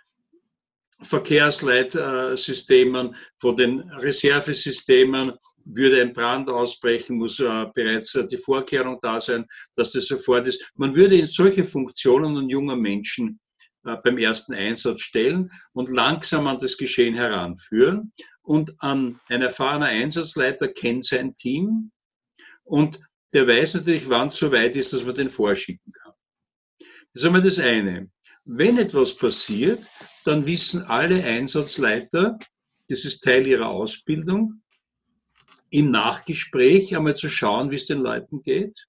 Speaker 2: Verkehrsleitsystemen, von den Reservesystemen. Würde ein Brand ausbrechen, muss bereits die Vorkehrung da sein, dass das sofort ist. Man würde in solche Funktionen an junger Menschen beim ersten Einsatz stellen und langsam an das Geschehen heranführen. Und ein erfahrener Einsatzleiter kennt sein Team und der weiß natürlich, wann es so weit ist, dass man den vorschicken kann. Das ist einmal das eine. Wenn etwas passiert, dann wissen alle Einsatzleiter, das ist Teil ihrer Ausbildung, im Nachgespräch einmal zu schauen, wie es den Leuten geht.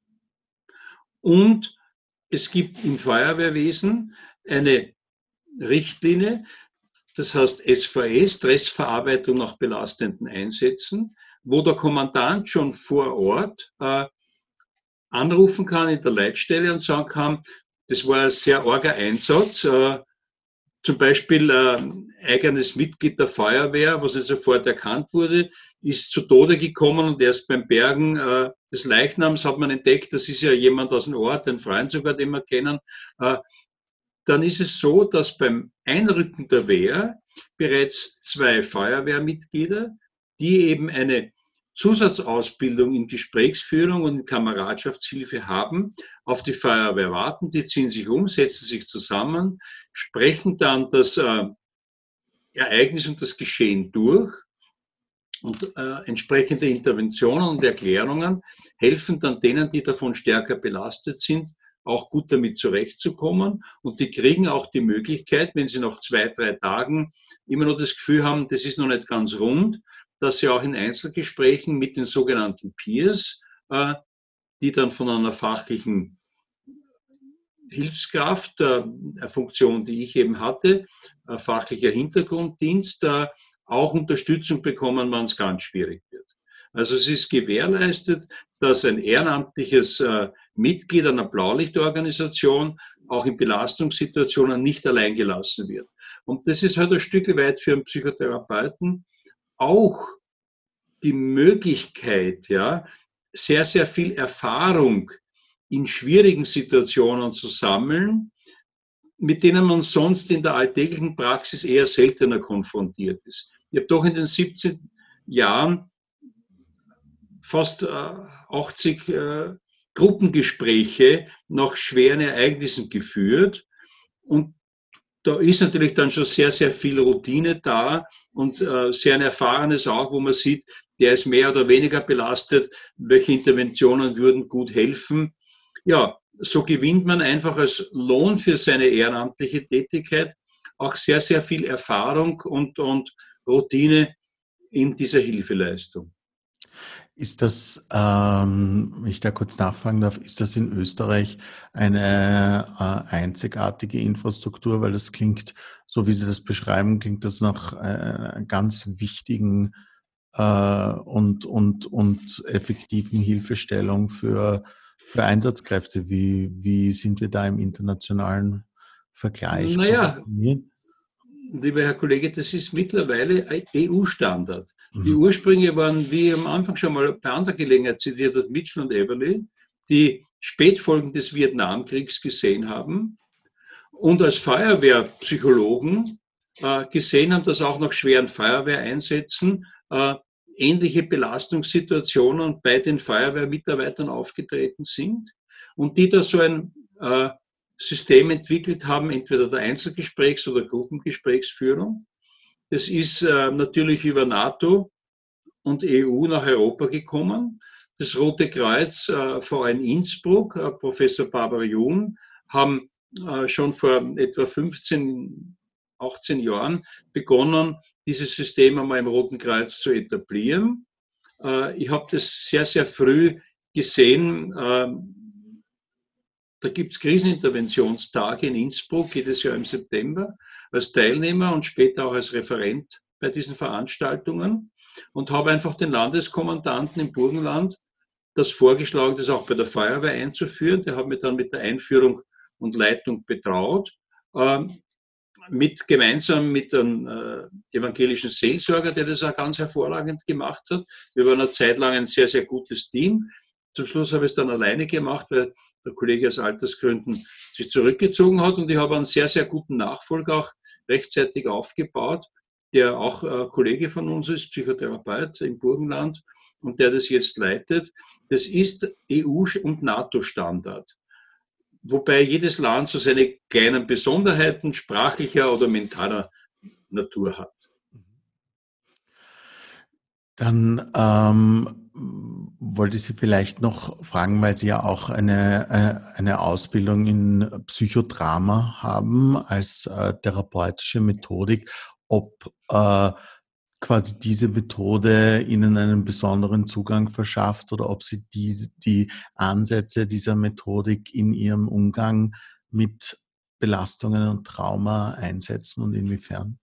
Speaker 2: Und es gibt im Feuerwehrwesen eine Richtlinie, das heißt SVS, Stressverarbeitung nach belastenden Einsätzen, wo der Kommandant schon vor Ort anrufen kann in der Leitstelle und sagen kann, das war ein sehr arger Einsatz, zum Beispiel eigenes Mitglied der Feuerwehr, was nicht sofort erkannt wurde, ist zu Tode gekommen und erst beim Bergen des Leichnams hat man entdeckt, das ist ja jemand aus dem Ort, ein Freund sogar, den wir kennen. Dann ist es so, dass beim Einrücken der Wehr bereits 2 Feuerwehrmitglieder, die eben eine Zusatzausbildung in Gesprächsführung und in Kameradschaftshilfe haben, auf die Feuerwehr warten. Die ziehen sich um, setzen sich zusammen, sprechen dann das Ereignis und das Geschehen durch und entsprechende Interventionen und Erklärungen helfen dann denen, die davon stärker belastet sind, auch gut damit zurechtzukommen. Und die kriegen auch die Möglichkeit, wenn sie nach 2, 3 Tagen immer noch das Gefühl haben, das ist noch nicht ganz rund, dass sie auch in Einzelgesprächen mit den sogenannten Peers, die dann von einer fachlichen Hilfskraft, eine Funktion, die ich eben hatte, fachlicher Hintergrunddienst, auch Unterstützung bekommen, wenn es ganz schwierig wird. Also es ist gewährleistet, dass ein ehrenamtliches Mitglied einer Blaulichtorganisation auch in Belastungssituationen nicht allein gelassen wird. Und das ist halt ein Stück weit für einen Psychotherapeuten auch die Möglichkeit, ja, sehr, sehr viel Erfahrung in schwierigen Situationen zu sammeln, mit denen man sonst in der alltäglichen Praxis eher seltener konfrontiert ist. Ich habe doch in den 17 Jahren fast 80 Gruppengespräche nach schweren Ereignissen geführt und da ist natürlich dann schon sehr, sehr viel Routine da und sehr ein erfahrenes auch, wo man sieht, der ist mehr oder weniger belastet, welche Interventionen würden gut helfen. Ja, so gewinnt man einfach als Lohn für seine ehrenamtliche Tätigkeit auch sehr, sehr viel Erfahrung und Routine in dieser Hilfeleistung.
Speaker 1: Ist das, wenn ich da kurz nachfragen darf, ist das in Österreich eine einzigartige Infrastruktur? Weil das klingt, so wie Sie das beschreiben, klingt das nach einer ganz wichtigen und effektiven Hilfestellung für Einsatzkräfte. Wie sind wir da im internationalen Vergleich
Speaker 2: Naja,
Speaker 1: positioniert?
Speaker 2: lieber Herr Kollege, das ist mittlerweile ein EU-Standard. Die
Speaker 1: Mhm.
Speaker 2: Ursprünge waren, wie am Anfang schon mal bei anderer Gelegenheit zitiert hat, Mitchell und Everly, die Spätfolgen des Vietnamkriegs gesehen haben und als Feuerwehrpsychologen gesehen haben, dass auch nach schweren Feuerwehreinsätzen ähnliche Belastungssituationen bei den Feuerwehrmitarbeitern aufgetreten sind und die da so ein System entwickelt haben, entweder der Einzelgesprächs- oder Gruppengesprächsführung. Das ist natürlich über NATO und EU nach Europa gekommen. Das Rote Kreuz, vor allem Innsbruck, Professor Barbara Jung, haben schon vor etwa 15, 18 Jahren begonnen, dieses System einmal im Roten Kreuz zu etablieren. Ich habe das sehr, sehr früh gesehen. Da gibt es Kriseninterventionstage in Innsbruck jedes Jahr im September als Teilnehmer und später auch als Referent bei diesen Veranstaltungen und habe einfach den Landeskommandanten im Burgenland das vorgeschlagen, das auch bei der Feuerwehr einzuführen. Der hat mich dann mit der Einführung und Leitung betraut, gemeinsam mit einem evangelischen Seelsorger, der das auch ganz hervorragend gemacht hat. Wir waren eine Zeit lang ein sehr, sehr gutes Team. Zum Schluss habe ich es dann alleine gemacht, weil der Kollege aus Altersgründen sich zurückgezogen hat und ich habe einen sehr, sehr guten Nachfolger auch rechtzeitig aufgebaut, der auch Kollege von uns ist, Psychotherapeut im Burgenland und der das jetzt leitet. Das ist EU- und NATO-Standard. Wobei jedes Land so seine kleinen Besonderheiten sprachlicher oder mentaler Natur hat.
Speaker 1: Dann, wollte Sie vielleicht noch fragen, weil Sie ja auch eine Ausbildung in Psychodrama haben als therapeutische Methodik, ob quasi diese Methode Ihnen einen besonderen Zugang verschafft oder ob Sie die Ansätze dieser Methodik in Ihrem Umgang mit Belastungen und Trauma einsetzen und inwiefern?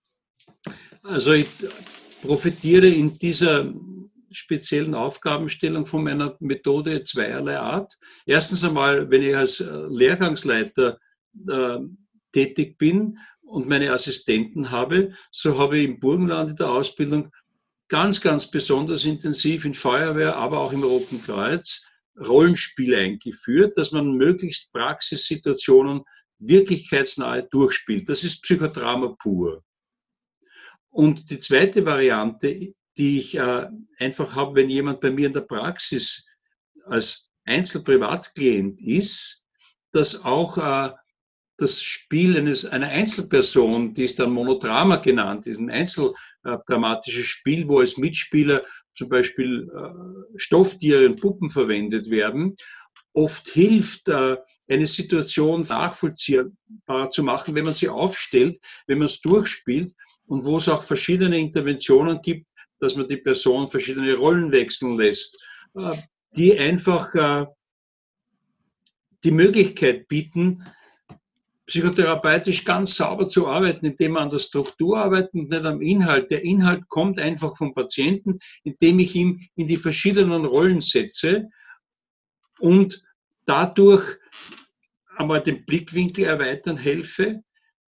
Speaker 2: Also ich profitiere in dieser speziellen Aufgabenstellung von meiner Methode zweierlei Art. Erstens einmal, wenn ich als Lehrgangsleiter äh, tätig bin und meine Assistenten habe, so habe ich im Burgenland in der Ausbildung ganz, ganz besonders intensiv in Feuerwehr, aber auch im Roten Kreuz Rollenspiele eingeführt, dass man möglichst Praxissituationen wirklichkeitsnahe durchspielt. Das ist Psychodrama pur. Und die zweite Variante, die ich einfach habe, wenn jemand bei mir in der Praxis als Einzelprivatklient ist, dass auch das Spiel einer Einzelperson, die ist dann Monodrama genannt, ist ein einzeldramatisches Spiel, wo als Mitspieler zum Beispiel Stofftiere und Puppen verwendet werden, oft hilft, eine Situation nachvollziehbar zu machen, wenn man sie aufstellt, wenn man es durchspielt und wo es auch verschiedene Interventionen gibt, dass man die Person verschiedene Rollen wechseln lässt, die einfach die Möglichkeit bieten, psychotherapeutisch ganz sauber zu arbeiten, indem man an der Struktur arbeitet und nicht am Inhalt. Der Inhalt kommt einfach vom Patienten, indem ich ihn in die verschiedenen Rollen setze und dadurch einmal den Blickwinkel erweitern helfe,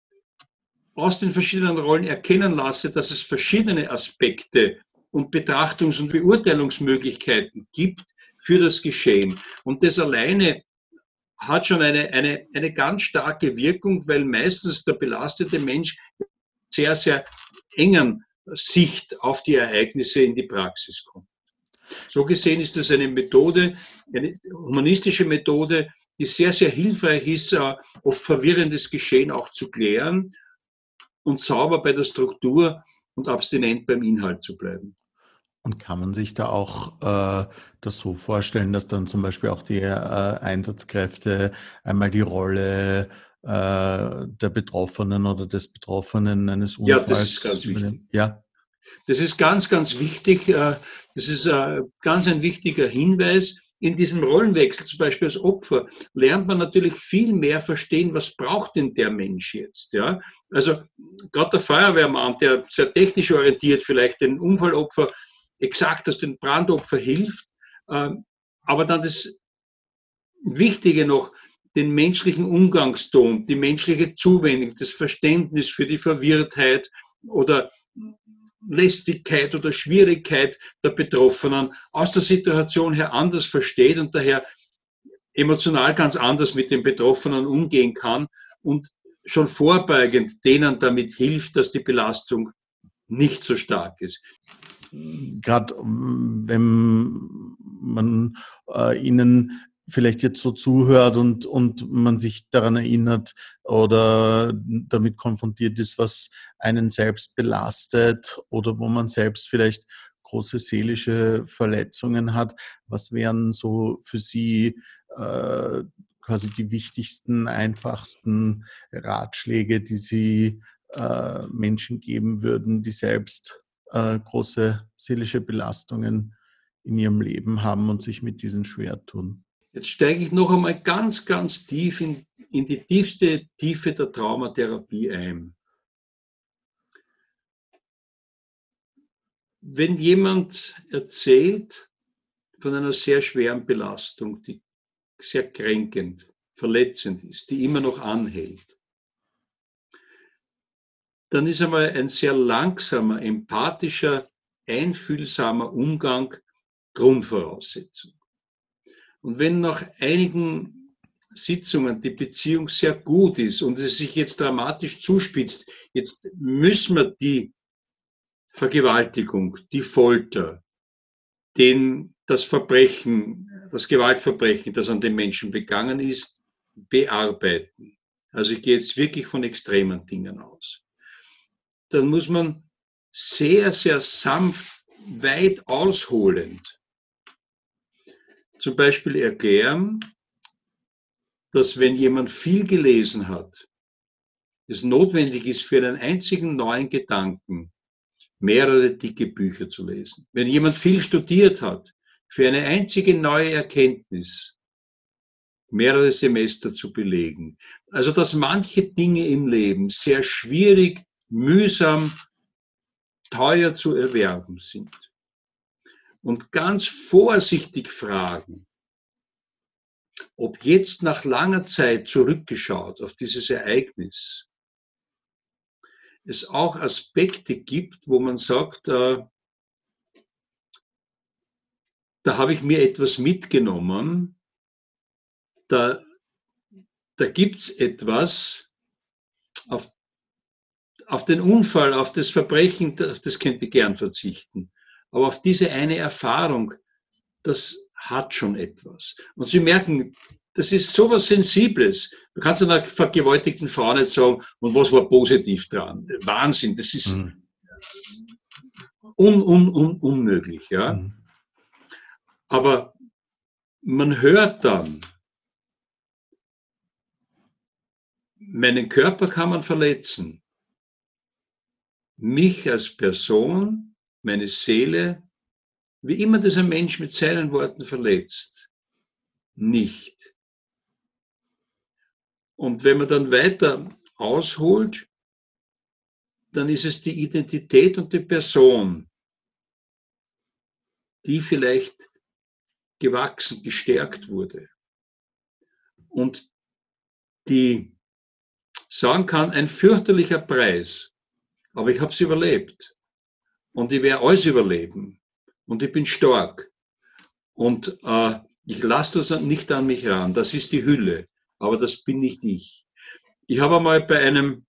Speaker 2: aus den verschiedenen Rollen erkennen lasse, dass es verschiedene Aspekte und Betrachtungs- und Beurteilungsmöglichkeiten gibt für das Geschehen. Und das alleine hat schon eine ganz starke Wirkung, weil meistens der belastete Mensch sehr, sehr engen Sicht auf die Ereignisse in die Praxis kommt. So gesehen ist das eine Methode, eine humanistische Methode, die sehr, sehr hilfreich ist, oft verwirrendes Geschehen auch zu klären und sauber bei der Struktur und abstinent beim Inhalt zu bleiben.
Speaker 1: Und kann man sich da auch das so vorstellen, dass dann zum Beispiel auch die Einsatzkräfte einmal die Rolle der Betroffenen oder des Betroffenen eines
Speaker 2: Ja, das ist
Speaker 1: Unfalls
Speaker 2: ganz wichtig.
Speaker 1: übernehmen? Ja.
Speaker 2: Das ist ganz, ganz wichtig. Das ist ganz ein wichtiger Hinweis. In diesem Rollenwechsel, zum Beispiel als Opfer, lernt man natürlich viel mehr verstehen, was braucht denn der Mensch jetzt. Ja? Also gerade der Feuerwehrmann, der sehr technisch orientiert vielleicht den Unfallopfer exakt aus dem Brandopfer hilft, aber dann das Wichtige noch, den menschlichen Umgangston, die menschliche Zuwendung, das Verständnis für die Verwirrtheit oder Lästigkeit oder Schwierigkeit der Betroffenen aus der Situation her anders versteht und daher emotional ganz anders mit den Betroffenen umgehen kann und schon vorbeugend denen damit hilft, dass die Belastung nicht so stark ist.
Speaker 1: Gerade wenn man ihnen vielleicht jetzt so zuhört und man sich daran erinnert oder damit konfrontiert ist, was einen selbst belastet oder wo man selbst vielleicht große seelische Verletzungen hat. Was wären so für Sie quasi die wichtigsten, einfachsten Ratschläge, die Sie Menschen geben würden, die selbst große seelische Belastungen in ihrem Leben haben und sich mit diesen schwer tun?
Speaker 2: Jetzt steige ich noch einmal ganz, ganz tief in die tiefste Tiefe der Traumatherapie ein. Wenn jemand erzählt von einer sehr schweren Belastung, die sehr kränkend, verletzend ist, die immer noch anhält, dann ist einmal ein sehr langsamer, empathischer, einfühlsamer Umgang Grundvoraussetzung. Und wenn nach einigen Sitzungen die Beziehung sehr gut ist und es sich jetzt dramatisch zuspitzt, jetzt müssen wir die Vergewaltigung, die Folter, das Verbrechen, das Gewaltverbrechen, das an den Menschen begangen ist, bearbeiten. Also ich gehe jetzt wirklich von extremen Dingen aus. Dann muss man sehr, sehr sanft, weit ausholend zum Beispiel erklären, dass wenn jemand viel gelesen hat, es notwendig ist, für einen einzigen neuen Gedanken mehrere dicke Bücher zu lesen. Wenn jemand viel studiert hat, für eine einzige neue Erkenntnis mehrere Semester zu belegen. Also dass manche Dinge im Leben sehr schwierig, mühsam, teuer zu erwerben sind. Und ganz vorsichtig fragen, ob jetzt nach langer Zeit zurückgeschaut auf dieses Ereignis es auch Aspekte gibt, wo man sagt, da habe ich mir etwas mitgenommen, da gibt es etwas auf den Unfall, auf das Verbrechen, auf das könnte ich gern verzichten. Aber auf diese eine Erfahrung, das hat schon etwas. Und Sie merken, das ist so was Sensibles. Du kannst einer vergewaltigten Frau nicht sagen, und was war positiv dran? Wahnsinn, das ist unmöglich. Ja? Aber man hört dann, meinen Körper kann man verletzen. Mich als Person, meine Seele, wie immer das ein Mensch mit seinen Worten verletzt, nicht. Und wenn man dann weiter ausholt, dann ist es die Identität und die Person, die vielleicht gewachsen, gestärkt wurde. Und die sagen kann, ein fürchterlicher Preis, aber ich habe es überlebt. Und ich werde alles überleben. Und ich bin stark. Und ich lasse das nicht an mich ran. Das ist die Hülle. Aber das bin nicht ich. Ich habe einmal bei einem,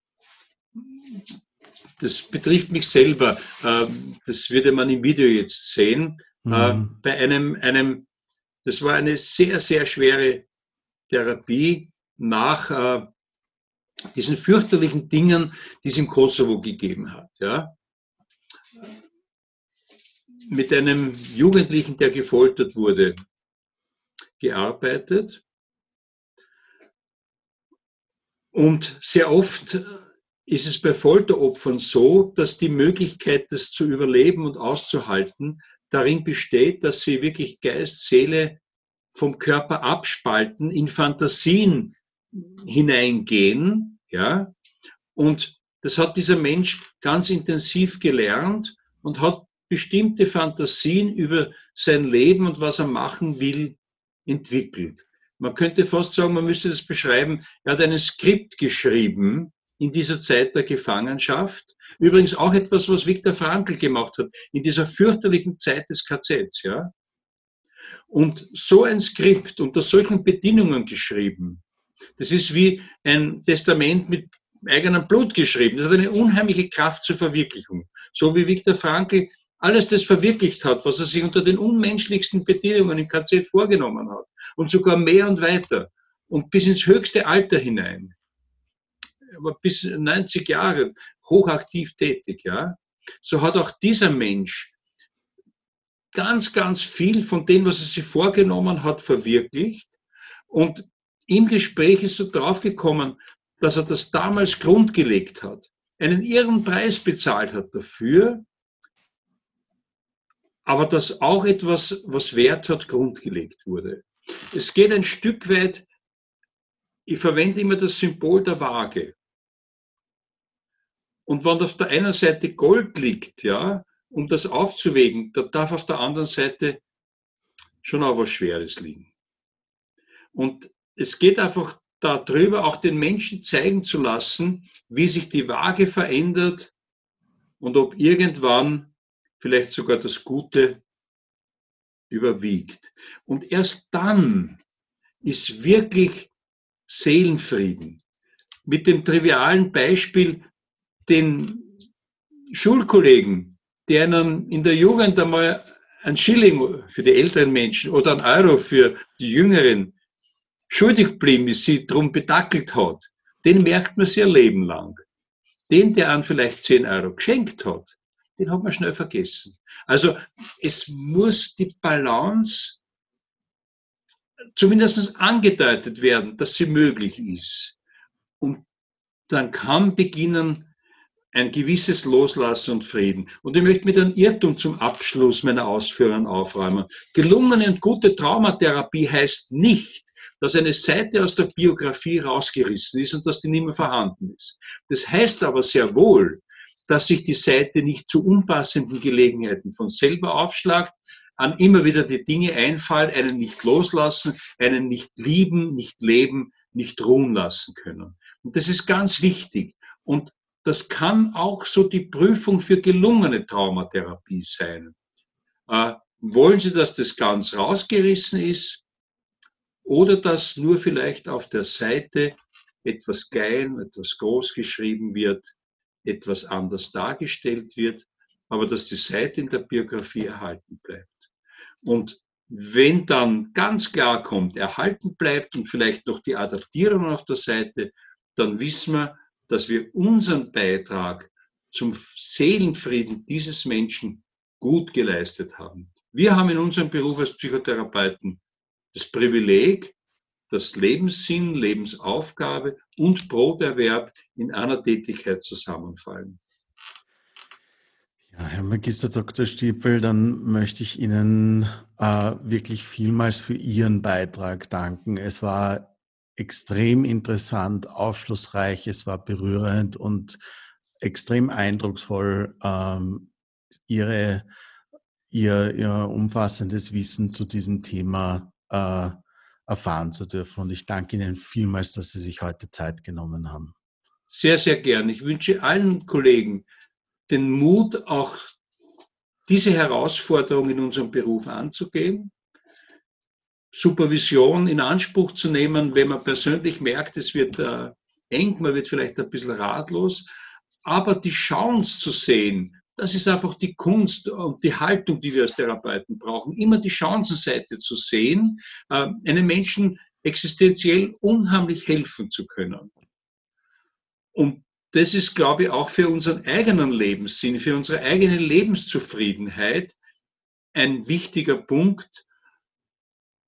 Speaker 2: das betrifft mich selber, das würde man im Video jetzt sehen, bei einem, das war eine sehr, sehr schwere Therapie nach diesen fürchterlichen Dingen, die es im Kosovo gegeben hat. Ja? Mit einem Jugendlichen, der gefoltert wurde, gearbeitet. Und sehr oft ist es bei Folteropfern so, dass die Möglichkeit, das zu überleben und auszuhalten, darin besteht, dass sie wirklich Geist, Seele vom Körper abspalten, in Fantasien hineingehen. Ja? Und das hat dieser Mensch ganz intensiv gelernt und hat bestimmte Fantasien über sein Leben und was er machen will, entwickelt. Man könnte fast sagen, man müsste das beschreiben, er hat ein Skript geschrieben in dieser Zeit der Gefangenschaft. Übrigens auch etwas, was Viktor Frankl gemacht hat, in dieser fürchterlichen Zeit des KZs. Ja? Und so ein Skript unter solchen Bedingungen geschrieben, das ist wie ein Testament mit eigenem Blut geschrieben. Das hat eine unheimliche Kraft zur Verwirklichung. So wie Viktor Frankl alles das verwirklicht hat, was er sich unter den unmenschlichsten Bedingungen im KZ vorgenommen hat. Und sogar mehr und weiter. Und bis ins höchste Alter hinein. Aber bis 90 Jahre hochaktiv tätig. Ja? So hat auch dieser Mensch ganz, ganz viel von dem, was er sich vorgenommen hat, verwirklicht. Und im Gespräch ist so draufgekommen, dass er das damals grundgelegt hat, einen irren Preis bezahlt hat dafür, aber dass auch etwas, was Wert hat, grundgelegt wurde. Es geht ein Stück weit, ich verwende immer das Symbol der Waage. Und wenn auf der einen Seite Gold liegt, ja, um das aufzuwägen, da darf auf der anderen Seite schon auch was Schweres liegen. Und es geht einfach darüber, auch den Menschen zeigen zu lassen, wie sich die Waage verändert und ob irgendwann vielleicht sogar das Gute überwiegt. Und erst dann ist wirklich Seelenfrieden. Mit dem trivialen Beispiel, den Schulkollegen, der ihnen in der Jugend einmal ein Schilling für die älteren Menschen oder ein Euro für die Jüngeren schuldig geblieben ist, sie darum bedackelt hat, den merkt man sehr Leben lang. Den, der einem vielleicht 10 Euro geschenkt hat, den hat man schnell vergessen. Also es muss die Balance zumindest angedeutet werden, dass sie möglich ist. Und dann kann beginnen ein gewisses Loslassen und Frieden. Und ich möchte mit einem Irrtum zum Abschluss meiner Ausführungen aufräumen. Gelungene und gute Traumatherapie heißt nicht, dass eine Seite aus der Biografie rausgerissen ist und dass die nicht mehr vorhanden ist. Das heißt aber sehr wohl, dass sich die Seite nicht zu unpassenden Gelegenheiten von selber aufschlagt, an immer wieder die Dinge einfallen, einen nicht loslassen, einen nicht lieben, nicht leben, nicht ruhen lassen können. Und das ist ganz wichtig. Und das kann auch so die Prüfung für gelungene Traumatherapie sein. Wollen Sie, dass das ganz rausgerissen ist oder dass nur vielleicht auf der Seite etwas klein, etwas groß geschrieben wird, etwas anders dargestellt wird, aber dass die Seite in der Biografie erhalten bleibt. Und wenn dann ganz klar kommt, erhalten bleibt und vielleicht noch die Adaptierung auf der Seite, dann wissen wir, dass wir unseren Beitrag zum Seelenfrieden dieses Menschen gut geleistet haben. Wir haben in unserem Beruf als Psychotherapeuten das Privileg, dass Lebenssinn, Lebensaufgabe und Broterwerb in einer Tätigkeit zusammenfallen.
Speaker 1: Ja, Herr Magister Dr. Stiepel, dann möchte ich Ihnen wirklich vielmals für Ihren Beitrag danken. Es war extrem interessant, aufschlussreich, es war berührend und extrem eindrucksvoll, Ihr umfassendes Wissen zu diesem Thema erfahren zu dürfen. Und ich danke Ihnen vielmals, dass Sie sich heute Zeit genommen haben.
Speaker 2: Sehr, sehr gern. Ich wünsche allen Kollegen den Mut, auch diese Herausforderung in unserem Beruf anzugehen, Supervision in Anspruch zu nehmen, wenn man persönlich merkt, es wird eng, man wird vielleicht ein bisschen ratlos, aber die Chance zu sehen, das ist einfach die Kunst und die Haltung, die wir als Therapeuten brauchen, immer die Chancenseite zu sehen, einem Menschen existenziell unheimlich helfen zu können. Und das ist, glaube ich, auch für unseren eigenen Lebenssinn, für unsere eigene Lebenszufriedenheit ein wichtiger Punkt.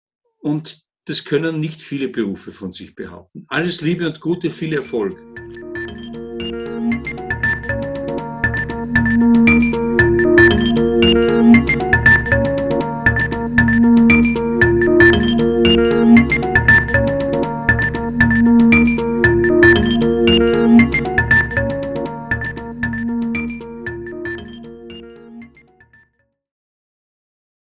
Speaker 2: Und das können nicht viele Berufe von sich behaupten. Alles Liebe und Gute, viel Erfolg.